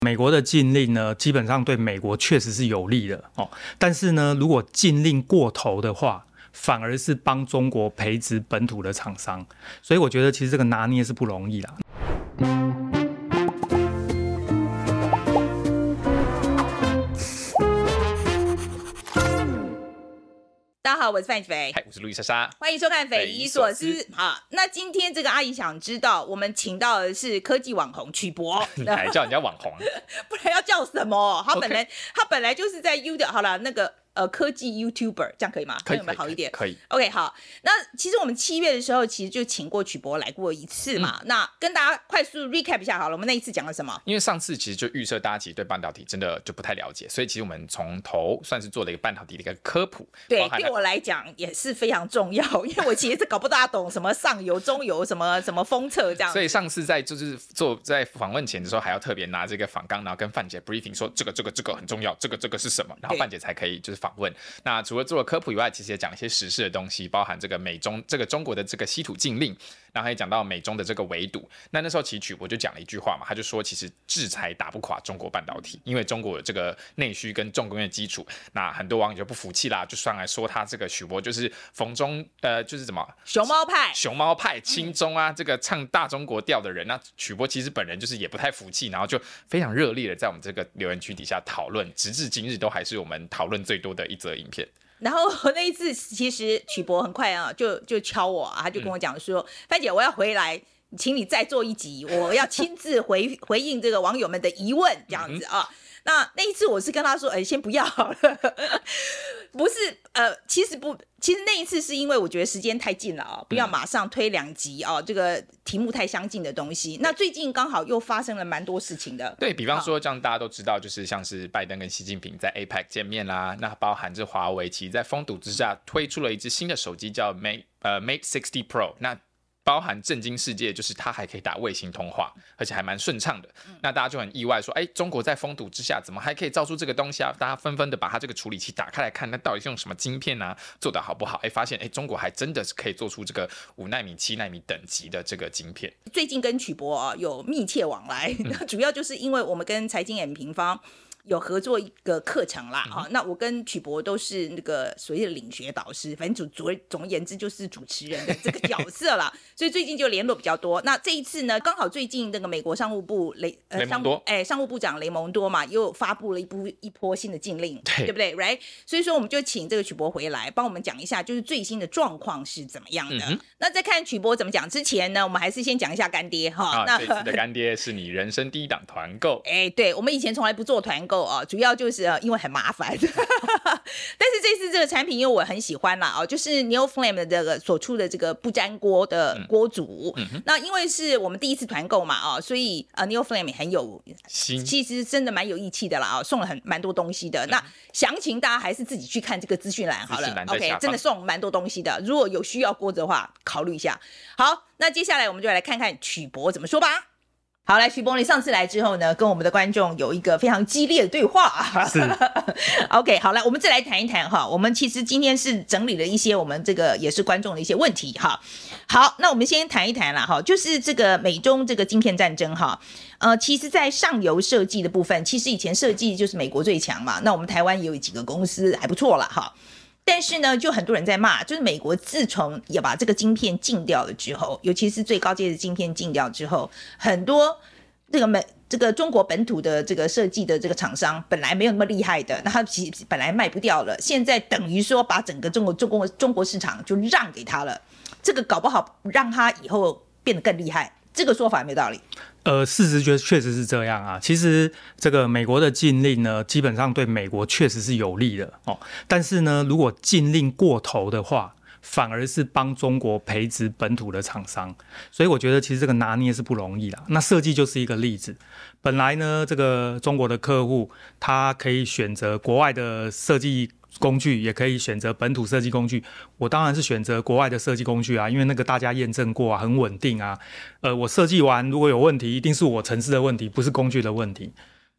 美国的禁令呢，基本上对美国确实是有利的哦。但是呢，如果禁令过头的话，反而是帮中国培植本土的厂商。所以我觉得其实这个拿捏是不容易啦。 大家好，我是范肥， 嗨，我是路易莎莎， 欢迎收看《匪夷所思》。好，那今天这个阿姨想知道，我们请到的是科技网红曲博， 你还叫人家网红？ 不然要叫什么？他本来就是在 YouTube 好了那个。科技 YouTuber 这样可以吗？ 可以， 有没有好一点？ 可以。 OK， 好。那其实我们7月的时候，其实就请过曲博来过一次嘛。那跟大家快速 recap 一下好了，我们那一次讲了什么？ 因为上次其实就预设大家其实对半导体真的就不太了解，所以其实我们从头算是做了一个半导体的一个科普。 对，对我来讲也是非常重要，因为我其实是搞不大懂什么上游、中游什么封测这样。 所以上次在在访问前的时候，还要特别拿这个访纲，然后跟范姐 briefing 说这个很重要，这个是什么，然后范姐才可以就是访问。那除了做了科普以外，其实也讲了一些时事的东西，包含这个美中这个中国的这个稀土禁令，然后也讲到美中的这个围堵。那时候其实曲博就讲了一句话嘛，他就说其实制裁打不垮中国半导体，因为中国有这个内需跟重工业基础。那很多网友就不服气啦，就上来说他这个曲博就是逢中就是怎么熊猫派亲中啊，这个唱大中国调的人。那曲博其实本人就是也不太服气，然后就非常热烈的在我们这个留言区底下讨论，直至今日都还是我们讨论最多的一则影片。 然后那一次，其实曲博很快啊，就敲我啊，他就跟我讲说：“范姐，我要回来，请你再做一集，我要亲自回应这个网友们的疑问，这样子啊。”那一次我是跟他说，先不要好了，不是，其实那一次是因为我觉得时间太近了啊，不要马上推2集啊，这个题目太相近的东西。那最近刚好又发生了蛮多事情的， 对，比方说，这样大家都知道，就是像是拜登跟习近平在 APEC 见面啦，那包含着华为，其实在封堵之下推出了一支新的手机叫 Mate 60 Pro， 那包含震惊世界，就是它还可以打卫星通话，而且还蛮顺畅的。那大家就很意外说，中国在封堵之下，怎么还可以造出这个东西啊？大家纷纷的把它这个处理器打开来看，那到底是用什么晶片啊？做得好不好？发现中国还真的是可以做出这个5奈米、7奈米等级的这个晶片。 最近跟曲博有密切往来，主要就是因为我们跟财经 M 平方有合作一个课程啦，那我跟曲博都是那个所谓的领学导师，反正总而言之就是主持人的这个角色啦，所以最近就联络比较多。那这一次呢，刚好最近那个美国商务部商务部长雷蒙多嘛，又发布了一波新的禁令，对不对 ？Right？ 所以说我们就请这个曲博回来帮我们讲一下，就是最新的状况是怎么样的。那在看曲博怎么讲之前呢，我们还是先讲一下干爹哈。 这次的干爹是你人生第一档团购。 对，我们以前从来不做团购。主要就是因为很麻烦但是这次这个产品因为我很喜欢啦就是 NeoFlame 的这个所出的这个不粘锅的锅组，那因为是我们第一次团购嘛所以NeoFlame 很有其实真的蛮有义气的啦送了蛮多东西的。那详情大家还是自己去看这个资讯栏好了 OK， 真的送蛮多东西的，如果有需要锅子的话考虑一下。好，那接下来我们就来看看曲博怎么说吧。好，来曲博，你上次来之后呢，跟我们的观众有一个非常激烈的对话。 是 OK， 好，来，我们再来谈一谈哈。我们其实今天是整理了一些我们这个也是观众的一些问题哈。好，那我们先谈一谈啦哈，就是这个美中这个晶片战争哈。其实，在上游设计的部分，其实以前设计就是美国最强嘛。那我们台湾也有几个公司还不错啦哈。但是呢，就很多人在骂，就是美国自从也把这个晶片禁掉了之后，尤其是最高阶的晶片禁掉之后，很多这个中国本土的这个设计的这个厂商本来没有那么厉害的，那他其实本来卖不掉了，现在等于说把整个中国市场就让给他了，这个搞不好让他以后变得更厉害，这个说法有没有道理？ 事实确实是这样啊。其实这个美国的禁令呢，基本上对美国确实是有利的哦。但是呢，如果禁令过头的话，反而是帮中国培植本土的厂商。所以我觉得其实这个拿捏是不容易啦。那设计就是一个例子。本来呢，这个中国的客户他可以选择国外的设计工具，也可以选择本土设计工具。我当然是选择国外的设计工具啊，因为那个大家验证过啊，很稳定啊。我设计完如果有问题，一定是我程式的问题，不是工具的问题。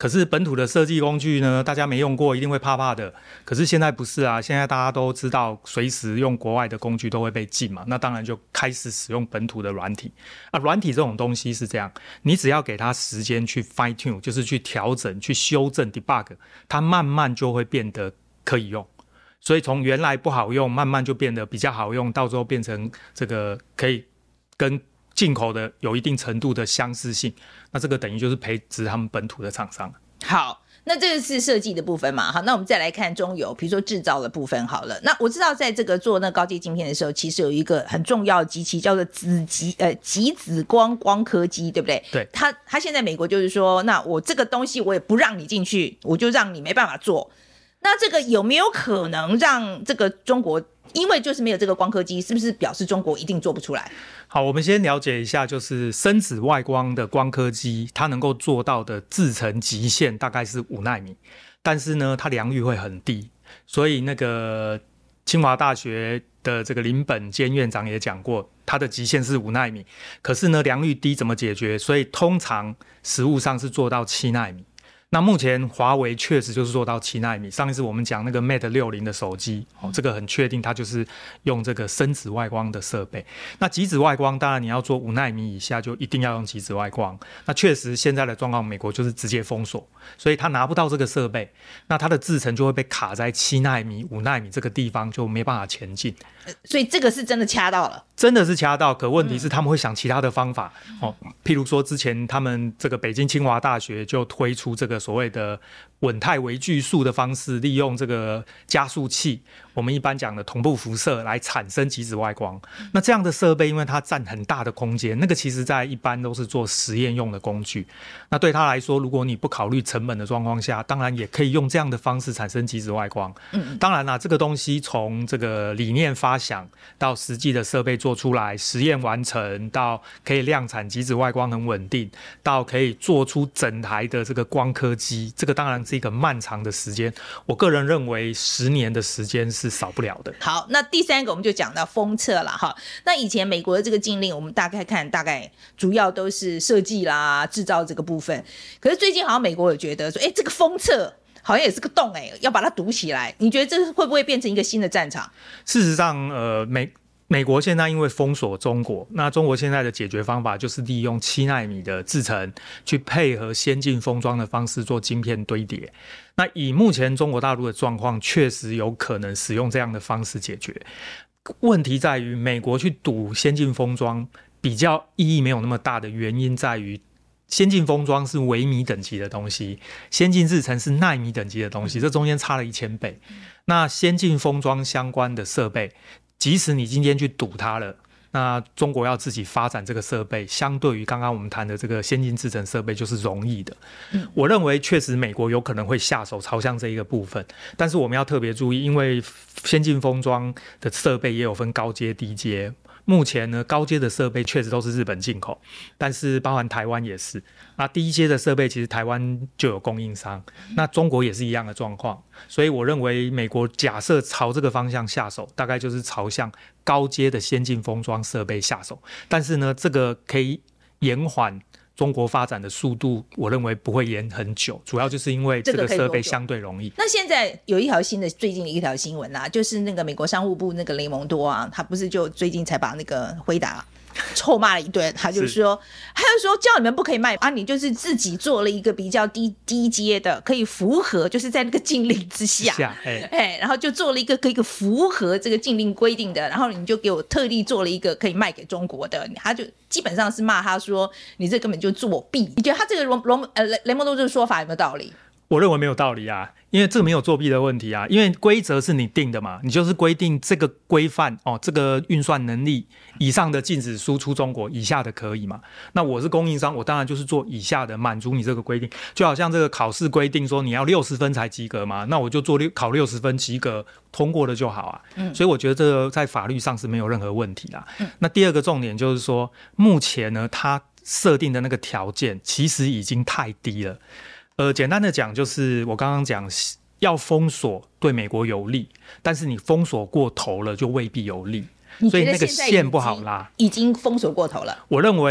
可是本土的设计工具呢，大家没用过，一定会怕怕的。可是现在不是啊，现在大家都知道，随时用国外的工具都会被禁嘛，那当然就开始使用本土的软体。软体这种东西是这样，你只要给它时间去 fine tune， 就是去调整、去修正 debug， 它慢慢就会变得可以用。所以从原来不好用，慢慢就变得比较好用，到最后变成这个可以跟进口的有一定程度的相似性，那这个等于就是培植他们本土的厂商。 好，那这个是设计的部分嘛？好，那我们再来看中游，比如说制造的部分好了。那我知道在这个做那高阶晶片的时候，其实有一个很重要的机器叫做极紫光光刻机，对不对？ 对。 它现在美国就是说，那我这个东西我也不让你进去，我就让你没办法做。那这个有没有可能让这个中国，因为就是没有这个光刻机，是不是表示中国一定做不出来？ 好，我们先了解一下，就是深紫外光的光刻机，它能够做到的制程极限大概是5奈米，但是呢，它良率会很低，所以那个清华大学的这个林本坚院长也讲过，它的极限是5奈米，可是呢，良率低怎么解决？所以通常实务上是做到7奈米。那目前华为确实就是做到7奈米，上一次我们讲那个 Mate 60的手机，这个很确定它就是用这个深紫外光的设备。那极紫外光当然你要做5奈米以下就一定要用极紫外光。那确实现在的状况，美国就是直接封锁，所以它拿不到这个设备，那它的制程就会被卡在7奈米、5奈米这个地方，就没办法前进。 所以这个是真的掐到了， 真的是掐到，可问题是他们会想其他的方法，譬如说之前他们这个北京清华大学就推出这个所谓的稳态微距数的方式，利用这个加速器，我们一般讲的同步辐射来产生极紫外光。那这样的设备因为它占很大的空间，那个其实在一般都是做实验用的工具，那对他来说，如果你不考虑成本的状况下，当然也可以用这样的方式产生极紫外光。当然啦，这个东西从这个理念发想到实际的设备做出来，实验完成到可以量产极紫外光很稳定，到可以做出整台的这个光刻机，这个当然是一个漫长的时间，我个人认为10年的时间是少不了的。 好，那第三个我们就讲到封测了哈。那以前美国的这个禁令，我们大概主要都是设计啦、制造这个部分。可是最近好像美国有觉得说，这个封测好像也是个洞要把它堵起来。你觉得这会不会变成一个新的战场？ 事实上，美国现在因为封锁中国，那中国现在的解决方法就是利用7奈米的制程去配合先进封装的方式做晶片堆叠。那以目前中国大陆的状况，确实有可能使用这样的方式解决。问题在于美国去赌先进封装比较意义没有那么大的原因在于，先进封装是微米等级的东西，先进制程是奈米等级的东西，这中间差了1000倍。那先进封装相关的设备，即使你今天去赌它了，那中国要自己发展这个设备，相对于刚刚我们谈的这个先进制程设备就是容易的。我认为确实美国有可能会下手朝向这一个部分，但是我们要特别注意，因为先进封装的设备也有分高阶低阶。目前呢，高阶的设备确实都是日本进口，但是包含台湾也是。那低阶的设备其实台湾就有供应商，那中国也是一样的状况。所以我认为美国假设朝这个方向下手，大概就是朝向高阶的先进封装设备下手。但是呢，这个可以延缓中国发展的速度，我认为不会延很久，主要就是因为这个设备相对容易。 那现在有一条新的，最近的一条新闻啊，就是那个美国商务部那个雷蒙多啊，他不是就最近才把那个辉达臭骂了一顿，他就说叫你们不可以卖啊，你就是自己做了一个比较低阶的，可以符合，就是在那个禁令之下，然后就做了一个可以符合这个禁令规定的，然后你就给我特地做了一个可以卖给中国的，他就基本上是骂他说你这根本就作弊。你觉得他这个雷蒙多这个说法有没有道理？ 我认为没有道理啊，因为这个没有作弊的问题啊，因为规则是你定的嘛，你就是规定这个规范这个运算能力以上的禁止输出中国，以下的可以嘛。那我是供应商，我当然就是做以下的，满足你这个规定。就好像这个考试规定说你要60分才及格嘛，那我就做考60分及格，通过了就好啊。所以我觉得这个在法律上是没有任何问题啦。那第二个重点就是说，目前呢，它设定的那个条件其实已经太低了。简单的讲，就是我刚刚讲，要封锁对美国有利，但是你封锁过头了就未必有利，所以那个线不好拉。 已经封锁过头了。 我认为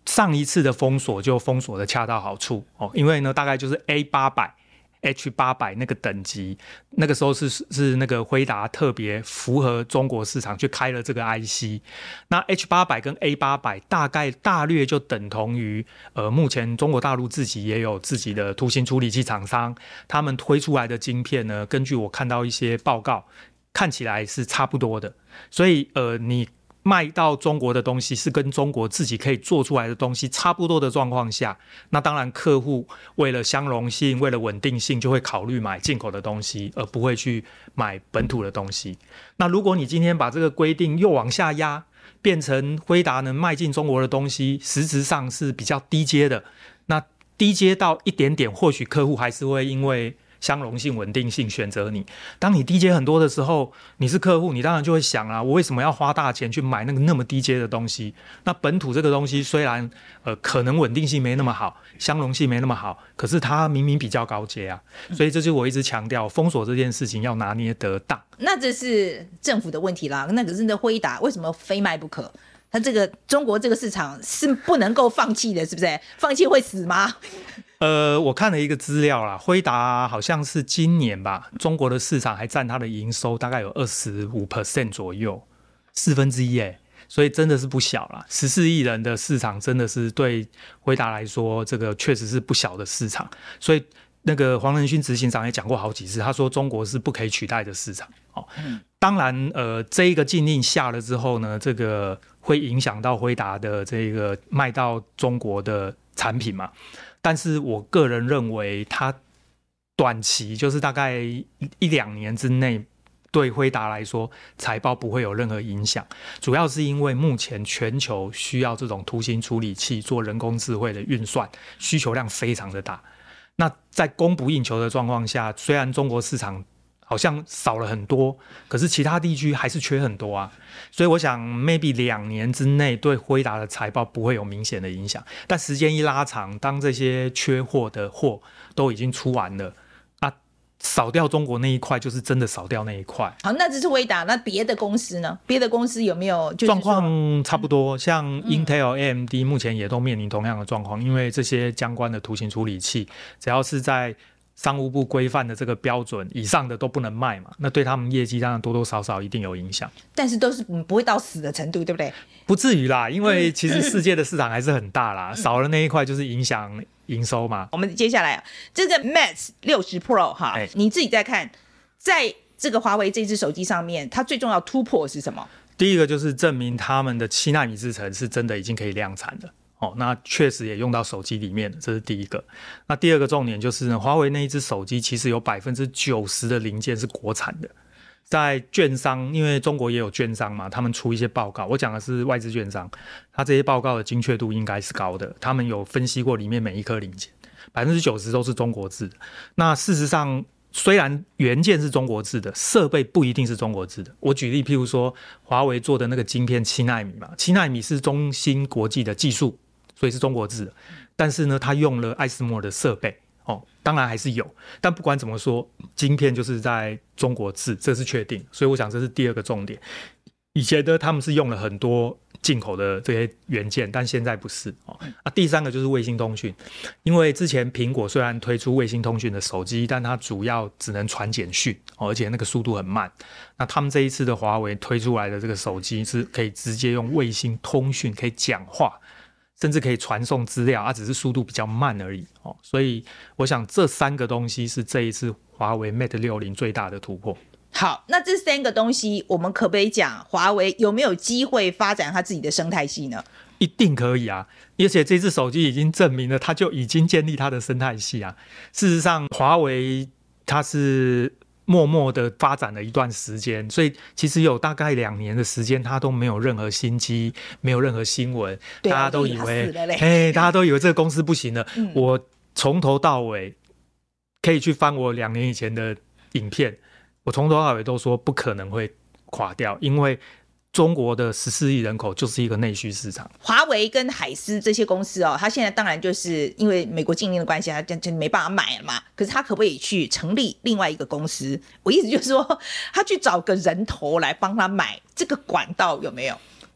上一次的封锁就封锁的恰到好处哦，因为呢大概就是 A800。H800 那个等级，那个时候是那个辉达特别符合中国市场去开了这个 IC。那 H800 跟 A800 大略就等同于目前中国大陆自己也有自己的图形处理器厂商，他们推出来的晶片呢，根据我看到一些报告，看起来是差不多的。所以你卖到中国的东西是跟中国自己可以做出来的东西差不多的状况下，那当然客户为了相容性、为了稳定性，就会考虑买进口的东西，而不会去买本土的东西。那如果你今天把这个规定又往下压，变成辉达能卖进中国的东西，实质上是比较低阶的，那低阶到一点点，或许客户还是会因为相容性、稳定性选择你。当你低阶很多的时候，你是客户，你当然就会想啊，我为什么要花大钱去买那么低阶的东西？那本土这个东西虽然可能稳定性没那么好，相容性没那么好，可是它明明比较高阶啊。所以这就是我一直强调，封锁这件事情要拿捏得当。 那这是政府的问题啦。那可是那辉达为什么非卖不可？它这个中国这个市场是不能够放弃的，是不是？放弃会死吗？ 我看了一个资料啦，辉达好像是今年吧，中国的市场还占它的营收大概有 25% 左右，1/4耶，所以真的是不小啦。14亿人的市场真的是对辉达来说，这个确实是不小的市场。所以那个黄仁勋执行长也讲过好几次，他说中国是不可以取代的市场。当然这一个禁令下了之后呢，这个会影响到辉达的这个卖到中国的产品嘛。但是我个人认为，它短期就是大概1-2年之内，对辉达来说财报不会有任何影响。主要是因为目前全球需要这种图形处理器做人工智慧的运算，需求量非常的大。那在供不应求的状况下，虽然中国市场好像少了很多，可是其他地区还是缺很多啊。所以我想 maybe 2年之内对辉达的财报不会有明显的影响，但时间一拉长，当这些缺货的货都已经出完了啊，扫掉中国那一块就是真的扫掉那一块。 好，那这是辉达，那别的公司呢？别的公司有没有就是状况差不多？像 Intel、AMD 目前也都面临同样的状况，因为这些相关的图形处理器，只要是在商务部规范的这个标准以上的都不能卖嘛，那对他们业绩当然多多少少一定有影响， 但是都是不会到死的程度，对不对？ 不至于啦，因为其实世界的市场还是很大啦，少了那一块就是影响营收嘛。 我们接下来这个 Mate 60 Pro 哈，你自己再看，在这个华为这支手机上面，它最重要突破是什么？ 第一个就是证明他们的7奈米制程是真的已经可以量产了。那确实也用到手机里面了，这是第一个。那第二个重点就是呢，华为那一只手机其实有 90% 的零件是国产的。在券商，因为中国也有券商嘛，他们出一些报告，我讲的是外资券商，他这些报告的精确度应该是高的，他们有分析过里面每一颗零件 90% 都是中国制的。那事实上虽然元件是中国制的，设备不一定是中国制的。我举例，譬如说华为做的那个晶片7奈米嘛，7奈米是中芯国际的技术，所以是中国制的，但是呢，它用了艾斯摩尔的设备，当然还是有，但不管怎么说，晶片就是在中国制，这是确定，所以我想这是第二个重点。以前呢，他们是用了很多进口的这些元件，但现在不是。第三个就是卫星通讯，因为之前苹果虽然推出卫星通讯的手机，但它主要只能传简讯，而且那个速度很慢。那他们这一次的华为推出来的这个手机是可以直接用卫星通讯，可以讲话，甚至可以传送资料，只是速度比较慢而已。所以我想这3个东西是这一次华为 Mate 60最大的突破。 好，那这3个东西我们可不可以讲华为有没有机会发展它自己的生态系呢？ 一定可以啊，而且这只手机已经证明了它就已经建立它的生态系啊。事实上华为它是默默的发展了一段时间，所以其实有大概2年的时间它都没有任何新机，没有任何新闻，大家都以为大家都以为这个公司不行了。我从头到尾可以去翻我2年以前的影片，我从头到尾都说不可能会垮掉，因为中国的14亿人口就是一个内需市场。 华为跟海思这些公司它现在当然就是因为美国禁令的关系，它就没办法买了嘛。可是它可不可以去成立另外一个公司？我意思就是说，他去找个人头来帮他买，这个管道有没有？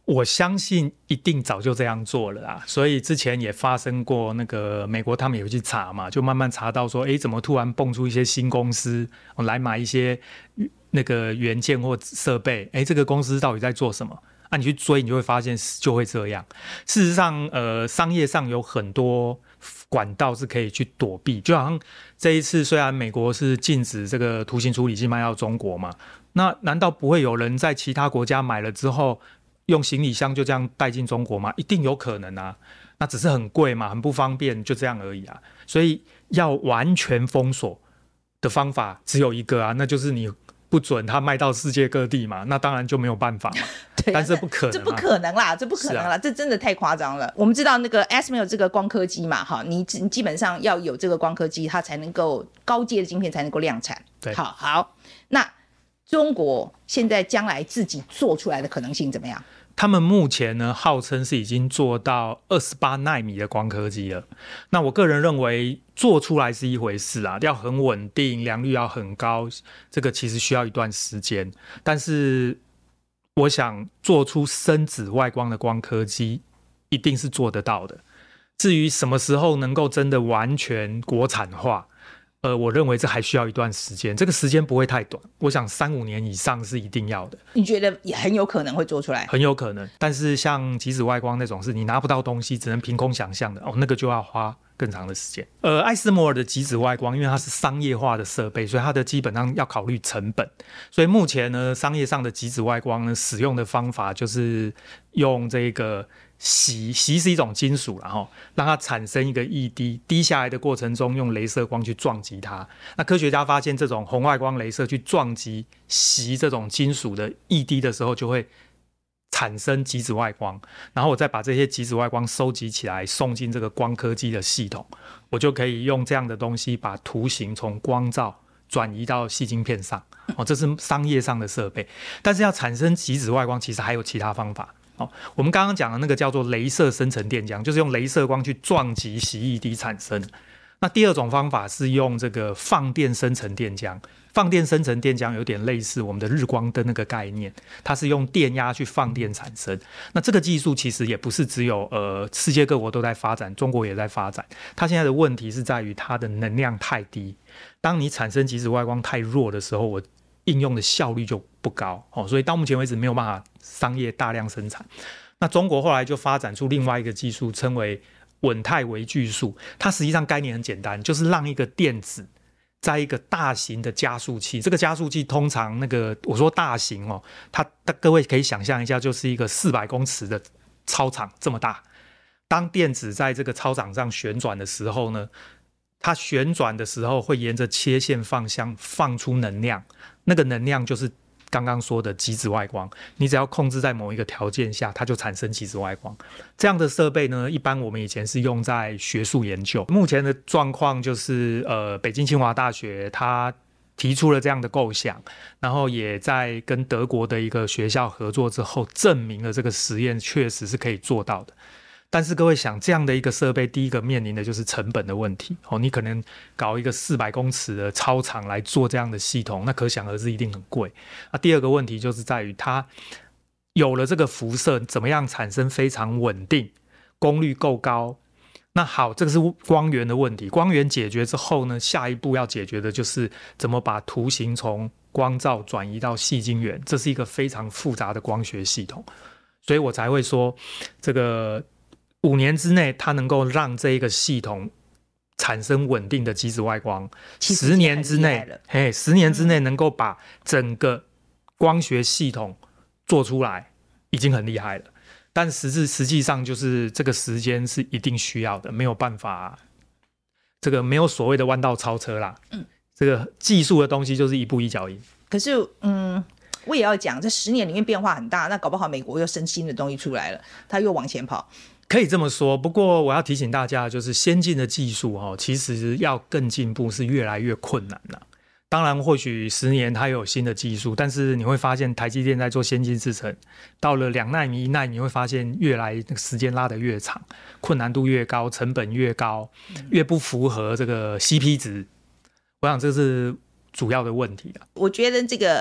我相信一定早就这样做了啦，所以之前也发生过那个美国他们也会去查嘛，就慢慢查到说，怎么突然蹦出一些新公司来买一些那个元件或设备，这个公司到底在做什么？你去追，你就会发现就会这样。事实上，商业上有很多管道是可以去躲避，就好像这一次虽然美国是禁止这个图形处理器卖到中国嘛，那难道不会有人在其他国家买了之后用行李箱就这样带进中国吗？一定有可能啊，那只是很贵嘛，很不方便，就这样而已啊。所以要完全封锁的方法只有一个啊，那就是你不准它卖到世界各地嘛，那当然就没有办法嘛。 对啊， 但是不可能， 这不可能啦，这不可能啦，这真的太夸张了。我们知道那个 ASML 有这个光刻机嘛，哈，你基本上要有这个光刻机，它才能够高阶的晶片才能够量产。 对， 好，那中国现在将来自己做出来的可能性怎么样？ 他们目前呢，号称是已经做到28奈米的光刻机了。那我个人认为，做出来是一回事啊，要很稳定，良率要很高，这个其实需要一段时间。但是，我想做出深紫外光的光刻机，一定是做得到的。至于什么时候能够真的完全国产化，我认为这还需要一段时间，这个时间不会太短，我想3-5年以上是一定要的。 你觉得也很有可能会做出来？ 很有可能，但是像极紫外光那种是你拿不到东西，只能凭空想象的，那个就要花更长的时间。艾斯摩尔的极紫外光，因为它是商业化的设备，所以它的基本上要考虑成本。所以目前呢，商业上的极紫外光呢，使用的方法就是用这个锡是一种金属，然后让它产生一个液滴，滴下来的过程中用雷射光去撞击它。那科学家发现，这种红外光雷射去撞击锡这种金属的液滴的时候，就会产生极紫外光，然后我再把这些极紫外光收集起来，送进这个光刻机的系统，我就可以用这样的东西把图形从光照转移到矽晶片上。这是商业上的设备，但是要产生极紫外光，其实还有其他方法。我们刚刚讲的那个叫做雷射生成电浆，就是用雷射光去撞击锡液滴产生。那第二种方法是用这个放电生成电浆，放电生成电浆有点类似我们的日光灯那个概念，它是用电压去放电产生。那这个技术其实也不是只有世界各国都在发展，中国也在发展。它现在的问题是在于它的能量太低，当你产生极紫外光太弱的时候，我应用的效率就不高，所以到目前为止没有办法商业大量生产。那中国后来就发展出另外一个技术，称为稳态微距数。它实际上概念很简单，就是让一个电子在一个大型的加速器，这个加速器通常那个我说大型它各位可以想象一下，就是一个400公尺的操场这么大。当电子在这个操场上旋转的时候呢，它旋转的时候会沿着切线方向放出能量，那个能量就是刚刚说的极紫外光。你只要控制在某一个条件下，它就产生极紫外光。这样的设备呢，一般我们以前是用在学术研究。目前的状况就是北京清华大学它提出了这样的构想，然后也在跟德国的一个学校合作之后，证明了这个实验确实是可以做到的。但是各位想，这样的一个设备，第一个面临的就是成本的问题。你可能搞一个400公尺的操场来做这样的系统，那可想而知一定很贵。第二个问题就是在于它有了这个辐射，怎么样产生非常稳定、功率够高。那好，这个是光源的问题。光源解决之后呢，下一步要解决的就是怎么把图形从光照转移到矽晶圆，这是一个非常复杂的光学系统。所以我才会说这个5年之内，它能够让这一个系统产生稳定的极紫外光，10年之内能够把整个光学系统做出来，已经很厉害了。但实际上就是这个时间是一定需要的，没有办法，这个没有所谓的弯道超车啦。这个技术的东西就是一步一脚印。 可是我也要讲，这10年里面变化很大，那搞不好美国又生新的东西出来了，它又往前跑。 可以这么说，不过我要提醒大家，就是先进的技术其实要更进步是越来越困难了。当然，或许10年它有新的技术，但是你会发现台积电在做先进制程，到了2奈米、1奈米，你会发现越来时间拉得越长，困难度越高，成本越高，越不符合这个 CP 值。我想这是主要的问题了。 我觉得这个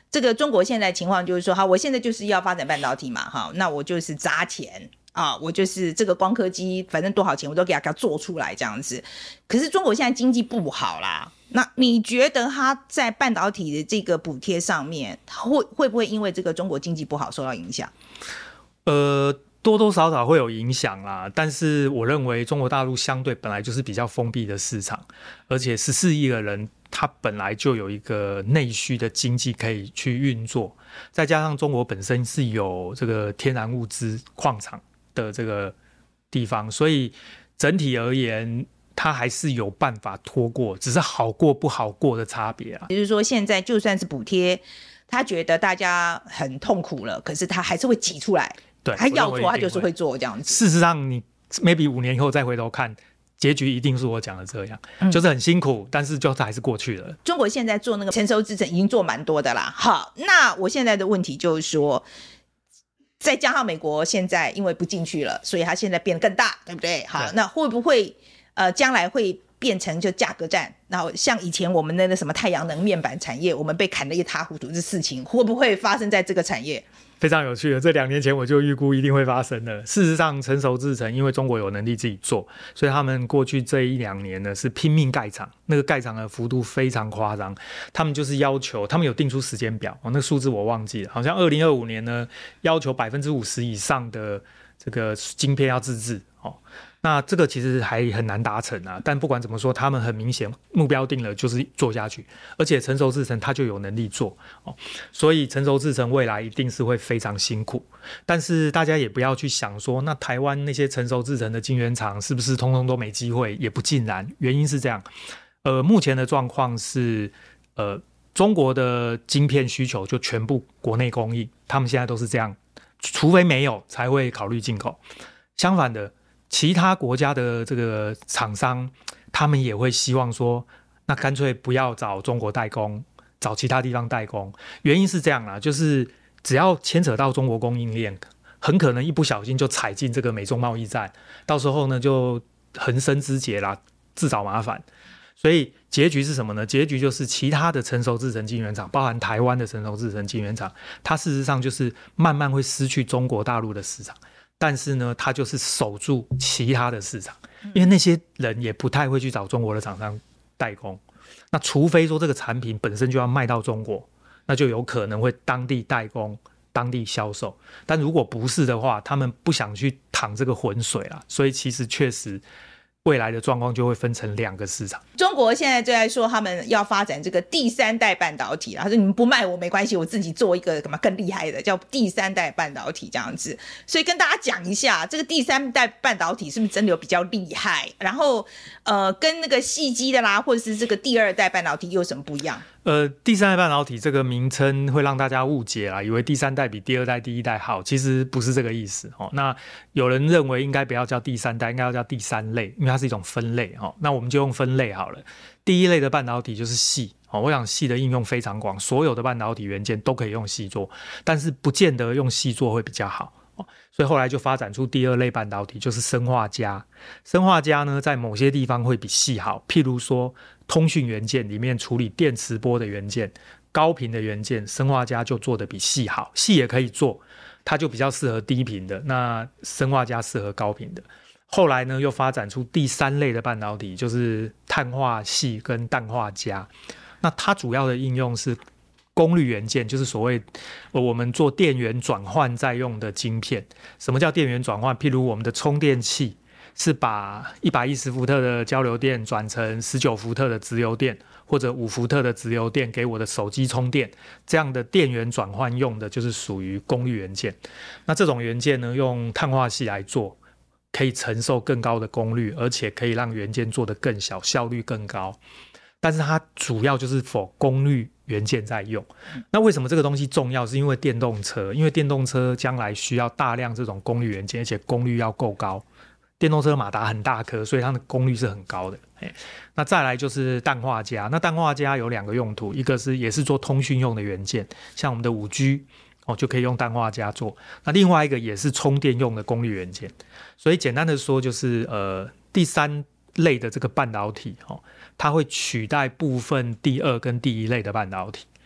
这个中国现在情况就是说，好，我现在就是要发展半导体嘛，哈，那我就是砸钱啊，我就是这个光刻机，反正多少钱我都给它做出来这样子。可是中国现在经济不好啦，那你觉得它在半导体的这个补贴上面，会不会因为这个中国经济不好受到影响？ 多多少少会有影响啦，但是我认为中国大陆相对本来就是比较封闭的市场，而且14亿的人，他本来就有一个内需的经济可以去运作，再加上中国本身是有这个天然物资矿场的这个地方，所以整体而言，它还是有办法拖过，只是好过不好过的差别啊。 就是说，现在就算是补贴，他觉得大家很痛苦了，可是他还是会挤出来。 对， 他要做，他就是会做这样子。 事实上，你 maybe 5年以后再回头看，结局一定是我讲的这样，就是很辛苦，但是就还是过去了。 中国现在做那个成熟制程已经做蛮多的啦。好，那我现在的问题就是说，再加上美国现在因为不进去了，所以它现在变得更大，对不对？好，那会不会将来会变成就价格战？然后像以前我们的那什么太阳能面板产业，我们被砍得一塌糊涂，这事情会不会发生在这个产业？ 非常有趣的，这2年前我就预估一定会发生的。事实上，成熟制程因为中国有能力自己做，所以他们过去这1-2年呢是拼命盖厂，那个盖厂的幅度非常夸张。他们就是要求，他们有定出时间表，那个数字我忘记了，好像2025年呢要求50%以上的这个晶片要自制哦。那这个其实还很难达成啊，但不管怎么说，他们很明显目标定了就是做下去，而且成熟制程它就有能力做哦，所以成熟制程未来一定是会非常辛苦。但是大家也不要去想说，那台湾那些成熟制程的晶圆厂是不是通通都没机会？也不尽然，原因是这样，目前的状况是，中国的晶片需求就全部国内供应，他们现在都是这样，除非没有才会考虑进口。相反的，其他国家的这个厂商，他们也会希望说，那干脆不要找中国代工，找其他地方代工。原因是这样啦，就是只要牵扯到中国供应链，很可能一不小心就踩进这个美中贸易战，到时候呢就横生枝节啦，自找麻烦。所以结局是什么呢？结局就是其他的成熟制程晶圆厂，包含台湾的成熟制程晶圆厂，它事实上就是慢慢会失去中国大陆的市场。但是呢，他就是守住其他的市场，因为那些人也不太会去找中国的厂商代工。那除非说这个产品本身就要卖到中国，那就有可能会当地代工、当地销售。但如果不是的话，他们不想去淌这个浑水啦。所以其实确实，未来的状况就会分成2个市场。 中国现在就在说他们要发展这个第3代半导体，他说你们不卖我没关系，我自己做一个干嘛更厉害的，叫第3代半导体这样子。所以跟大家讲一下，这个第3代半导体是不是真的有比较厉害？然后跟那个矽基的啦，或者是这个第2代半导体有什么不一样？ 第3代半导体这个名称会让大家误解啦，以为第3代比第2代、第1代好，其实不是这个意思哦。那有人认为应该不要叫第3代，应该要叫第3类，因为它是一种分类哦。那我们就用分类好了。第1类的半导体就是矽哦，我想矽的应用非常广，所有的半导体元件都可以用矽做，但是不见得用矽做会比较好。所以后来就发展出第2类半导体，就是砷化镓。砷化镓呢，在某些地方会比矽好，譬如说通讯元件里面处理电磁波的元件、高频的元件，砷化镓就做得比矽好。矽也可以做，它就比较适合低频的，那砷化镓适合高频的。后来呢，又发展出第3类的半导体，就是碳化矽跟氮化镓。那它主要的应用是功率元件，就是所谓我们做电源转换在用的晶片。什么叫电源转换？譬如我们的充电器是把110伏特的交流电转成19伏特的直流电，或者5伏特的直流电给我的手机充电，这样的电源转换用的就是属于功率元件。那这种元件呢，用碳化矽来做，可以承受更高的功率，而且可以让元件做得更小，效率更高。但是它主要就是 for 功率元件在用。那为什么这个东西重要？是因为电动车，因为电动车将来需要大量这种功率元件，而且功率要够高。电动车马达很大颗，所以它的功率是很高的。那再来就是氮化镓。那氮化镓有2个用途，一个是也是做通讯用的元件，像我们的5G就可以用氮化镓做。那另外一个也是充电用的功率元件。所以简单的说，就是第3类的这个半导体它会取代部分第2跟第1类的半导体。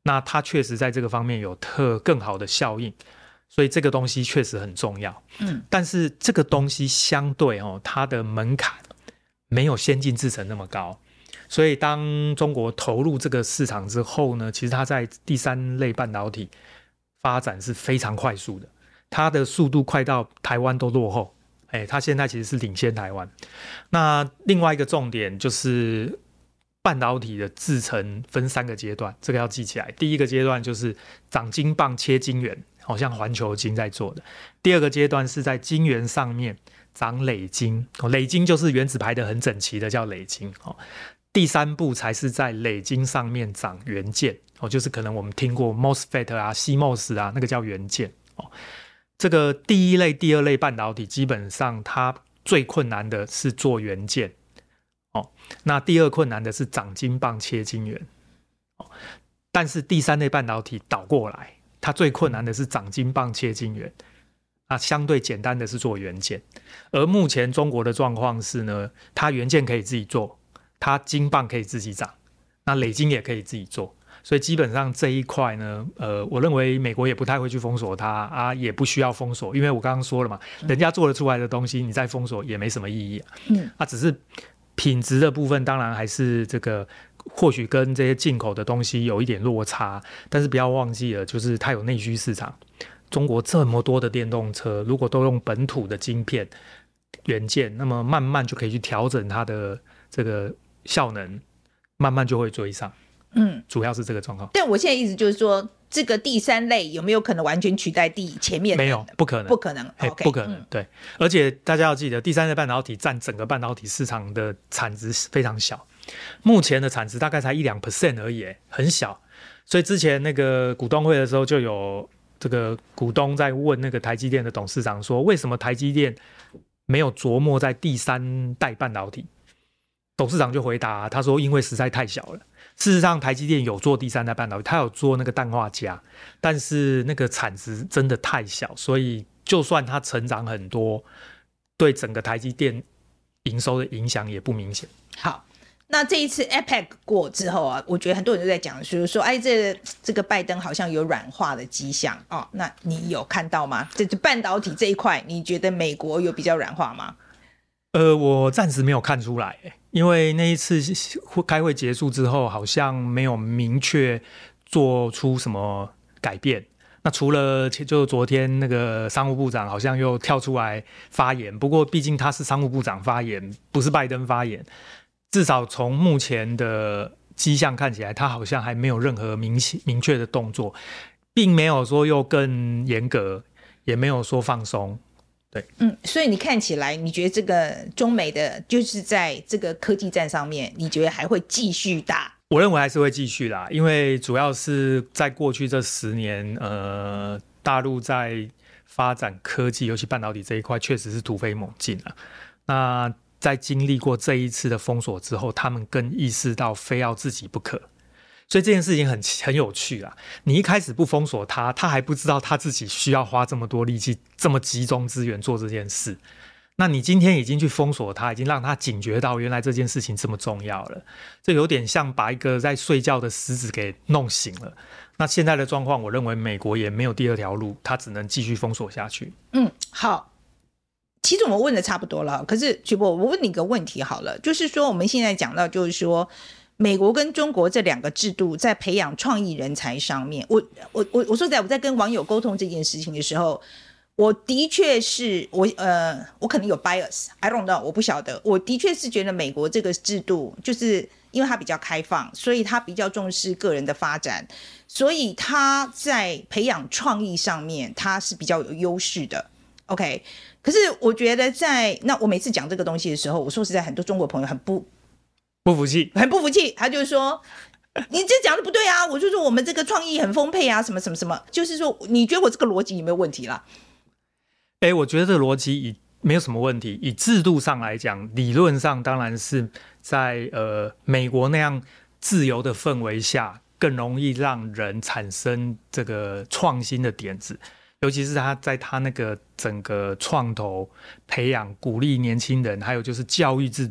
那它确实在这个方面有更好的效应，所以这个东西确实很重要。但是这个东西相对它的门槛没有先进制程那么高，所以当中国投入这个市场之后呢，其实它在第三类半导体发展是非常快速的，它的速度快到台湾都落后。它现在其实是领先台湾。那另外一个重点就是半导体的制程分3个阶段，这个要记起来。第一个阶段就是长晶棒切晶圆，好像环球晶在做的。第二个阶段是在晶圆上面长磊晶，磊晶就是原子排得很整齐的叫磊晶。第3步才是在磊晶上面长元件，就是可能我们听过 MOSFET 啊、CMOS 啊，那个叫元件。这个第一类、第二类半导体基本上它最困难的是做元件，那第二困难的是长晶棒切晶圆，但是第三类半导体倒过来，它最困难的是长晶棒切晶圆，相对简单的是做元件。而目前中国的状况是呢，它元件可以自己做，它晶棒可以自己长，那磊晶也可以自己做。所以基本上这一块呢，我认为美国也不太会去封锁它也不需要封锁，因为我刚刚说了嘛，人家做得出来的东西，你再封锁也没什么意义只是品质的部分，当然还是这个或许跟这些进口的东西有一点落差，但是不要忘记了，就是它有内需市场。中国这么多的电动车，如果都用本土的晶片元件，那么慢慢就可以去调整它的这个效能，慢慢就会追上。主要是这个状况。 但我现在意思就是说，这个第三类有没有可能完全取代前面的？ 没有，不可能， 不可能， 不可能。对，而且大家要记得，第三类半导体占整个半导体市场的产值非常小，目前的产值大概才1-2% 而已，很小。所以之前那个股东会的时候，就有这个股东在问那个台积电的董事长说，为什么台积电没有琢磨在第三代半导体？董事长就回答，他说因为实在太小了。事实上台积电有做第三代半导体，他有做那个氮化镓，但是那个产值真的太小，所以就算它成长很多，对整个台积电营收的影响也不明显。 好，那这一次 APEC 过之后我觉得很多人都在讲说这个拜登好像有软化的迹象那你有看到吗？这半导体这一块，你觉得美国有比较软化吗？ 我暂时没有看出来，因为那一次开会结束之后，好像没有明确做出什么改变。那除了就昨天那个商务部长好像又跳出来发言，不过毕竟他是商务部长发言，不是拜登发言，至少从目前的迹象看起来，他好像还没有任何明确的动作，并没有说又更严格，也没有说放松。 所以你看起来，你觉得这个中美的就是在这个科技战上面，你觉得还会继续打？ 我认为还是会继续啦，因为主要是在过去这10年，大陆在发展科技，尤其半导体这一块，确实是突飞猛进啊。那在经历过这一次的封锁之后，他们更意识到非要自己不可。所以这件事情很有趣啦。你一开始不封锁他还不知道他自己需要花这么多力气，这么集中资源做这件事。那你今天已经去封锁他，已经让他警觉到原来这件事情这么重要了。这有点像把一个在睡觉的狮子给弄醒了。那现在的状况，我认为美国也没有第二条路，他只能继续封锁下去。 好。其实我们问的差不多了，可是曲博，我问你一个问题好了，就是说我们现在讲到就是说，美国跟中国这2个制度在培养创意人才上面，我说实在，我在跟网友沟通这件事情的时候，我的确是我可能有 bias，I don't know， 我不晓得，我的确是觉得美国这个制度就是因为它比较开放，所以它比较重视个人的发展，所以它在培养创意上面它是比较有优势的。OK， 可是我觉得那我每次讲这个东西的时候，我说实在，很多中国朋友很不服气，他就说你这讲的不对啊，我就说我们这个创意很丰沛啊，什么什么什么，就是说你觉得我这个逻辑有没有问题啦？ 我觉得这个逻辑没有什么问题。以制度上来讲，理论上当然是在美国那样自由的氛围下，更容易让人产生这个创新的点子。尤其是他在他那个整个创投培养、鼓励年轻人，还有就是教育制度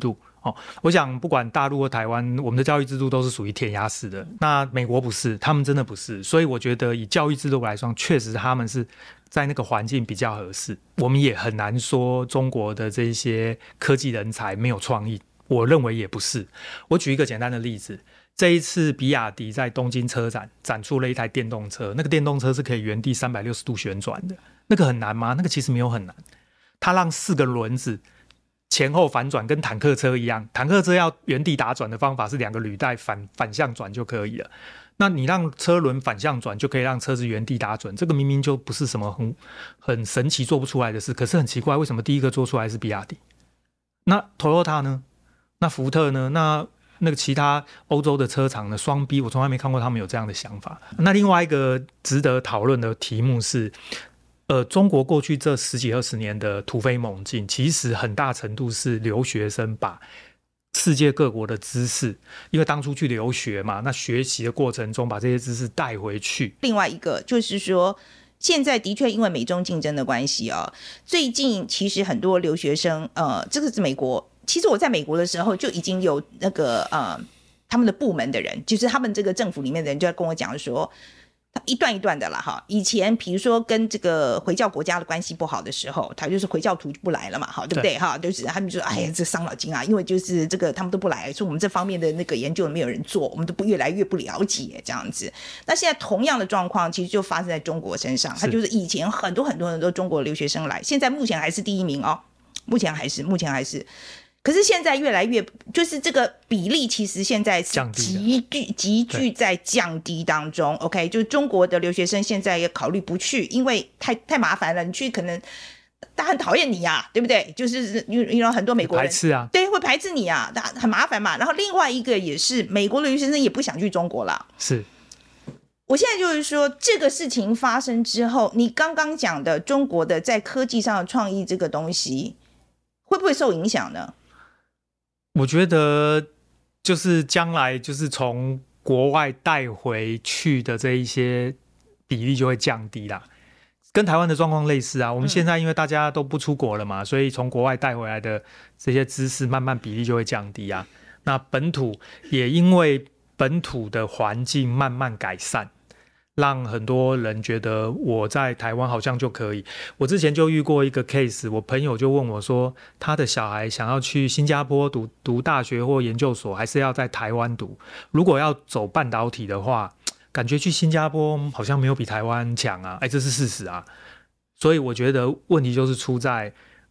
我想不管大陆或台湾，我们的教育制度都是属于填鸭式的，那美国不是，他们真的不是，所以我觉得以教育制度来说，确实他们是在那个环境比较合适。我们也很难说中国的这些科技人才没有创意，我认为也不是。我举一个简单的例子，这一次比亚迪在东京车展展出了一台电动车，那个电动车是可以原地360度旋转的，那个很难吗？那个其实没有很难，它让4个轮子前后反转，跟坦克车一样，坦克车要原地打转的方法是2个履带反向转就可以了。那你让车轮反向转，就可以让车子原地打转，这个明明就不是什么很神奇做不出来的事，可是很奇怪，为什么第一个做出来是比亚迪？那 Toyota 呢？那福特呢？那个其他欧洲的车厂呢？双 B 我从来没看过他们有这样的想法。那另外一个值得讨论的题目是，中国过去这10几20年的突飞猛进，其实很大程度是留学生把世界各国的知识，因为当初去留学嘛，那学习的过程中把这些知识带回去。 另外一个就是说，现在的确因为美中竞争的关系最近其实很多留学生，这个是美国。其实我在美国的时候就已经有那个他们的部门的人，就是他们这个政府里面的人就在跟我讲说，一段一段的啦哈。以前比如说跟这个回教国家的关系不好的时候，他就是回教徒就不来了嘛，好，对不对哈？就是他们就说，哎呀，这伤脑筋啊，因为就是这个他们都不来，所以我们这方面的那个研究没有人做，我们都越来越不了解这样子。那现在同样的状况其实就发生在中国身上，他就是以前很多中国留学生来，现在目前还是第1名目前还是。可是现在越来越，就是这个比例其实现在是急剧在降低当中。OK， 就是中国的留学生现在也考虑不去，因为太麻烦了，你去可能大家很讨厌你啊，对不对？就是很多美国人排斥啊， 对，会排斥你啊，很麻烦嘛。然后另外一个也是美国的留学生也不想去中国了。 是， 我现在就是说，这个事情发生之后，你刚刚讲的中国的在科技上的创意这个东西，会不会受影响呢？ 我觉得就是将来就是从国外带回去的这一些比例就会降低啦，跟台湾的状况类似啊。我们现在因为大家都不出国了嘛，所以从国外带回来的这些知识慢慢比例就会降低啊。那本土也因为本土的环境慢慢改善，让很多人觉得我在台湾好像就可以。我之前就遇过一个 case， 我朋友就问我说，他的小孩想要去新加坡读大学或研究所，还是要在台湾读？如果要走半导体的话，感觉去新加坡好像没有比台湾强啊，这是事实啊。所以我觉得问题就是出在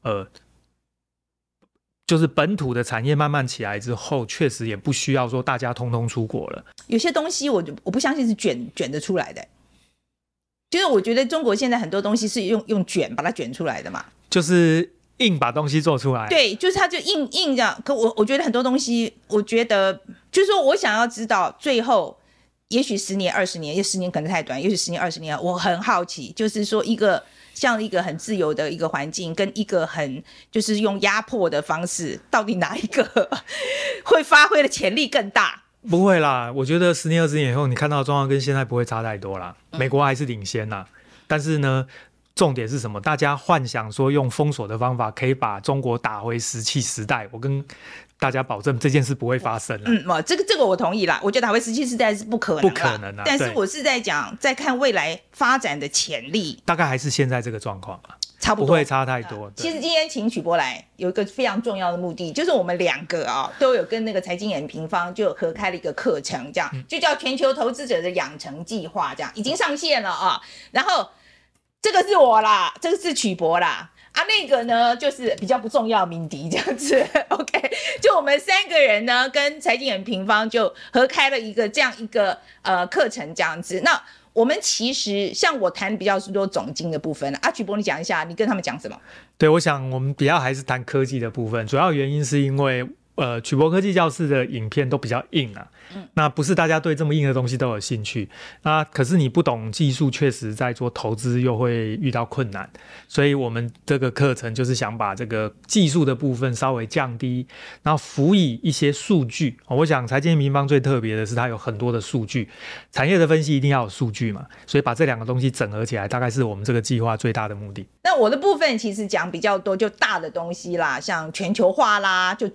就是本土的产业慢慢起来之后，确实也不需要说大家通通出国了。 有些东西我不相信是卷得出来的，就是我觉得中国现在很多东西是用卷把它卷出来的嘛，就是硬把东西做出来。 对，就是它就硬这样。可我觉得很多东西，我觉得就是说我想要知道最后，也许10年20年，也10年可能太短，也许10年20年，我很好奇，就是说像一个很自由的一个环境，跟一个很就是用压迫的方式，到底哪一个会发挥的潜力更大？ 不会啦，我觉得10年20年以后，你看到的状况跟现在不会差太多啦。美国还是领先啦，但是呢，重点是什么？大家幻想说用封锁的方法可以把中国打回石器时代，我跟大家保证这件事不会发生啦。 这个我同意啦，我觉得打回石器时代是不可能啦，但是我是在讲，在看未来发展的潜力， 大概还是现在这个状况啦， 差不多， 不会差太多。 其实今天请曲博来有一个非常重要的目的，就是我们2个都有跟那个财经眼平方就合开了一个课程，这样就叫全球投资者的养成计划，这样已经上线了然后这个是我啦，这个是曲博啦。那个呢就是比较不重要，鸣笛这样子OK， 就我们3个人呢跟财经眼平方就合开了这样一个课程这样子。那我们其实像我谈比较多总经的部分曲博你讲一下，你跟他们讲什么？ 对，我想我们比较还是谈科技的部分，主要原因是因为曲博科技教室的影片都比较硬啊，那不是大家对这么硬的东西都有兴趣，那可是你不懂技术，确实在做投资又会遇到困难，所以我们这个课程就是想把这个技术的部分稍微降低，然后辅以一些数据。我想财经平方最特别的是它有很多的数据，产业的分析一定要有数据嘛，所以把这2个东西整合起来，大概是我们这个计划最大的目的。 那我的部分其实讲比较多就大的东西啦，像全球化啦，就中美竞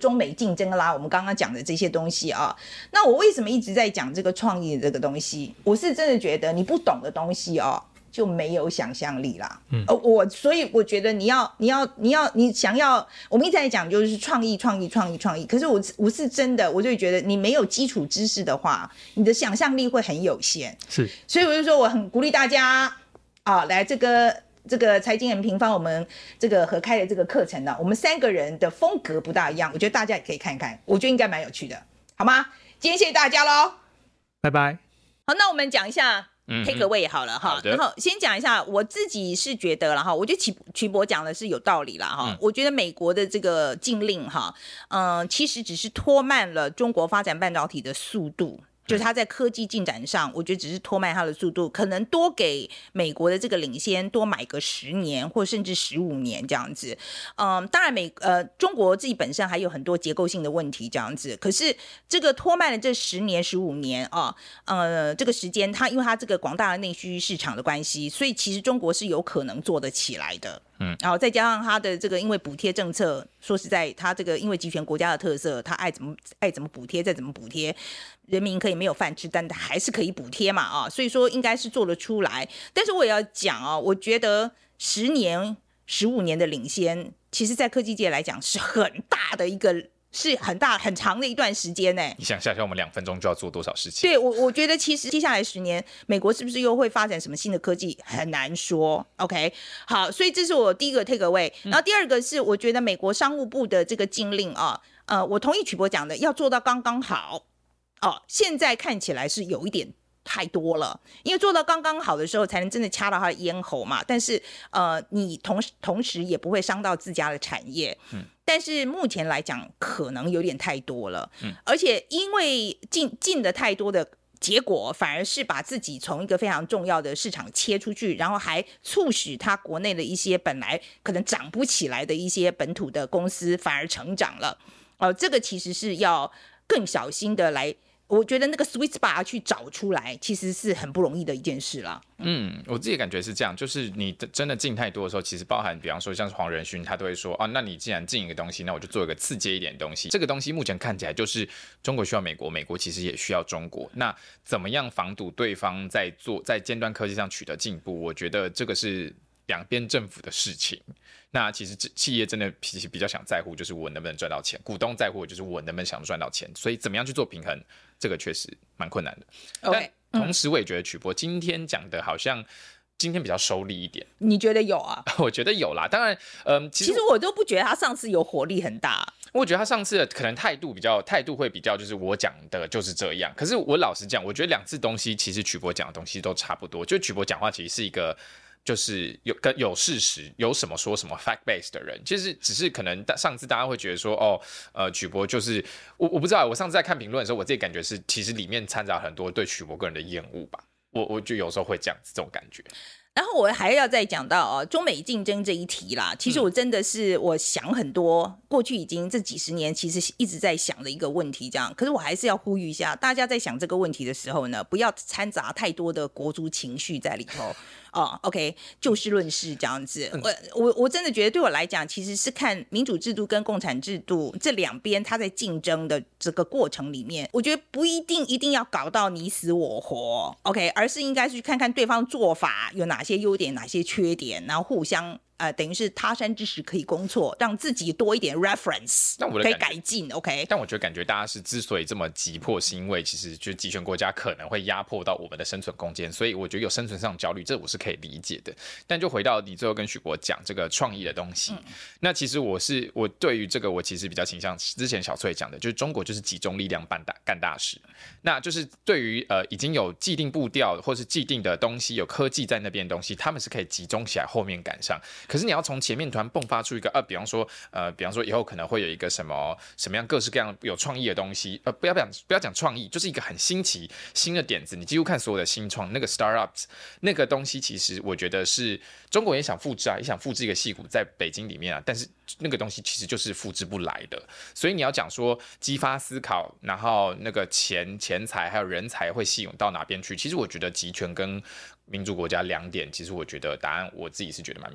竞争啦，我们刚刚讲的这些东西啊。那我为什么一直在讲这个创意的这个东西？我是真的觉得你不懂的东西哦，就没有想象力啦。所以我觉得你想要，我们一直在讲就是创意。可是我是真的，我就觉得你没有基础知识的话，你的想象力会很有限。 是， 所以我就说我很鼓励大家啊，来这个财经 M 平方我们这个合开的这个课程呢，我们3个人的风格不大一样，我觉得大家也可以看看，我觉得应该蛮有趣的，好吗？今天谢谢大家咯， 拜拜。 好，那我们讲一下take away 好了哈，然后先讲一下我自己是觉得了哈，我觉得曲博讲的是有道理啦哈，我觉得美国的这个禁令哈，其实只是拖慢了中国发展半导体的速度。就是它在科技进展上，我觉得只是拖慢它的速度，可能多给美国的这个领先多买个10年或甚至15年这样子。当然中国自己本身还有很多结构性的问题这样子，可是这个拖慢了这10年15年啊，这个时间因为它这个广大的内需市场的关系，所以其实中国是有可能做得起来的。然后再加上它的这个因为补贴政策，说实在，它这个因为集权国家的特色，它爱怎么补贴再怎么补贴，人民可以没有饭吃，但它还是可以补贴嘛啊，所以说应该是做得出来。但是我也要讲啊，我觉得10年15年的领先，其实在科技界来讲是很大的一个。是很大很长的一段时间呢。 你想想，我们2分钟就要做多少事情？ 对，我觉得其实接下来10年，美国是不是又会发展什么新的科技，很难说。OK， 好，所以这是我第一个 take away。然后第二个是，我觉得美国商务部的这个禁令啊，我同意曲博讲的，要做到刚刚好。现在看起来是有一点太多了，因为做到刚刚好的时候，才能真的掐到他的咽喉嘛。但是你同时也不会伤到自家的产业。但是目前来讲，可能有点太多了。而且因为进的太多的结果，反而是把自己从一个非常重要的市场切出去，然后还促使他国内的一些本来可能涨不起来的一些本土的公司反而成长了。这个其实是要更小心的来。我觉得那个 sweet spot 去找出来，其实是很不容易的一件事啦。 我自己感觉是这样，就是你真的进太多的时候，其实包含比方说像是黄仁勋，他都会说那你既然进一个东西，那我就做一个次阶一点的东西。这个东西目前看起来就是中国需要美国，美国其实也需要中国。那怎么样防堵对方在尖端科技上取得进步？我觉得这个是两边政府的事情。那其实企业真的比较想在乎就是我能不能赚到钱，股东在乎就是我能不能想赚到钱，所以怎么样去做平衡，这个确实蛮困难的。Okay, 但同时我也觉得曲博今天讲的好像今天比较收力一点。 你觉得有啊？ 我觉得有啦，当然其实我都不觉得他上次有火力很大。 我觉得他上次的可能态度会比较就是我讲的就是这样，可是我老实讲，我觉得2次东西其实曲博讲的东西都差不多，就曲博讲话其实是一个就是有事实有什么说什么 fact based 的人，其实只是可能上次大家会觉得说曲博就是我不知道，我上次在看评论的时候，我自己感觉是其实里面掺杂很多对曲博个人的厌恶吧，我就有时候会这样子这种感觉。 然后我还要再讲到中美竞争这一题啦，其实我真的是我想很多，过去已经这几10年其实一直在想的一个问题这样，可是我还是要呼吁一下，大家在想这个问题的时候呢，不要掺杂太多的国族情绪在里头。OK， 就事论事这样子。我真的觉得对我来讲，其实是看民主制度跟共产制度这两边它在竞争的这个过程里面，我觉得不一定要搞到你死我活 ，OK， 而是应该去看看对方做法有哪些优点、哪些缺点，然后互相。等于是他山之石可以攻错，让自己多一点 reference， 可以改进。OK， 但我觉得感觉大家是之所以这么急迫，是因为其实就是集权国家可能会压迫到我们的生存空间，所以我觉得有生存上焦虑，这我是可以理解的。但就回到你最后跟许博讲这个创意的东西，那其实我对于这个我其实比较倾向之前小翠讲的，就是中国就是集中力量干大事。那就是对于已经有既定步调或是既定的东西，有科技在那边的东西，他们是可以集中起来后面赶上。可是你要从前面突然迸发出一个比方说以后可能会有一个什么样各式各样有创意的东西，不要讲创意，就是一个很新奇新的点子。你几乎看所有的新创那个 startups 那个东西，其实我觉得是中国也想复制也想复制一个矽谷在北京里面啊，但是那个东西其实就是复制不来的。所以你要讲说激发思考，然后那个钱财还有人才会吸引到哪边去，其实我觉得集权跟民主国家2点，其实我觉得答案我自己是觉得蛮明显的。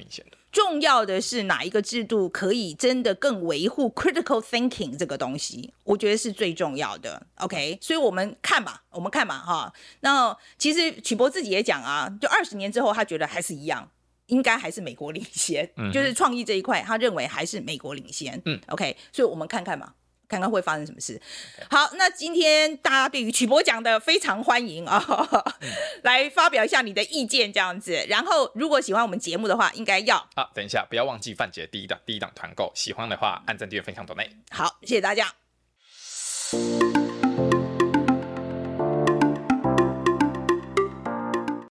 重要的是哪一个制度可以真的更维护 critical thinking 这个东西，我觉得是最重要的。OK， 所以我们看吧哈。那其实曲博自己也讲啊，就20年之后，他觉得还是一样。应该还是美国领先，就是创意这一块，他认为还是美国领先。OK， 所以我们看看嘛，看看会发生什么事。好，那今天大家对于曲博讲的非常欢迎啊，来发表一下你的意见这样子。然后，如果喜欢我们节目的话，应该要等一下不要忘记范姐第一档团购，喜欢的话按赞、订阅、分享、抖内。 好，谢谢大家。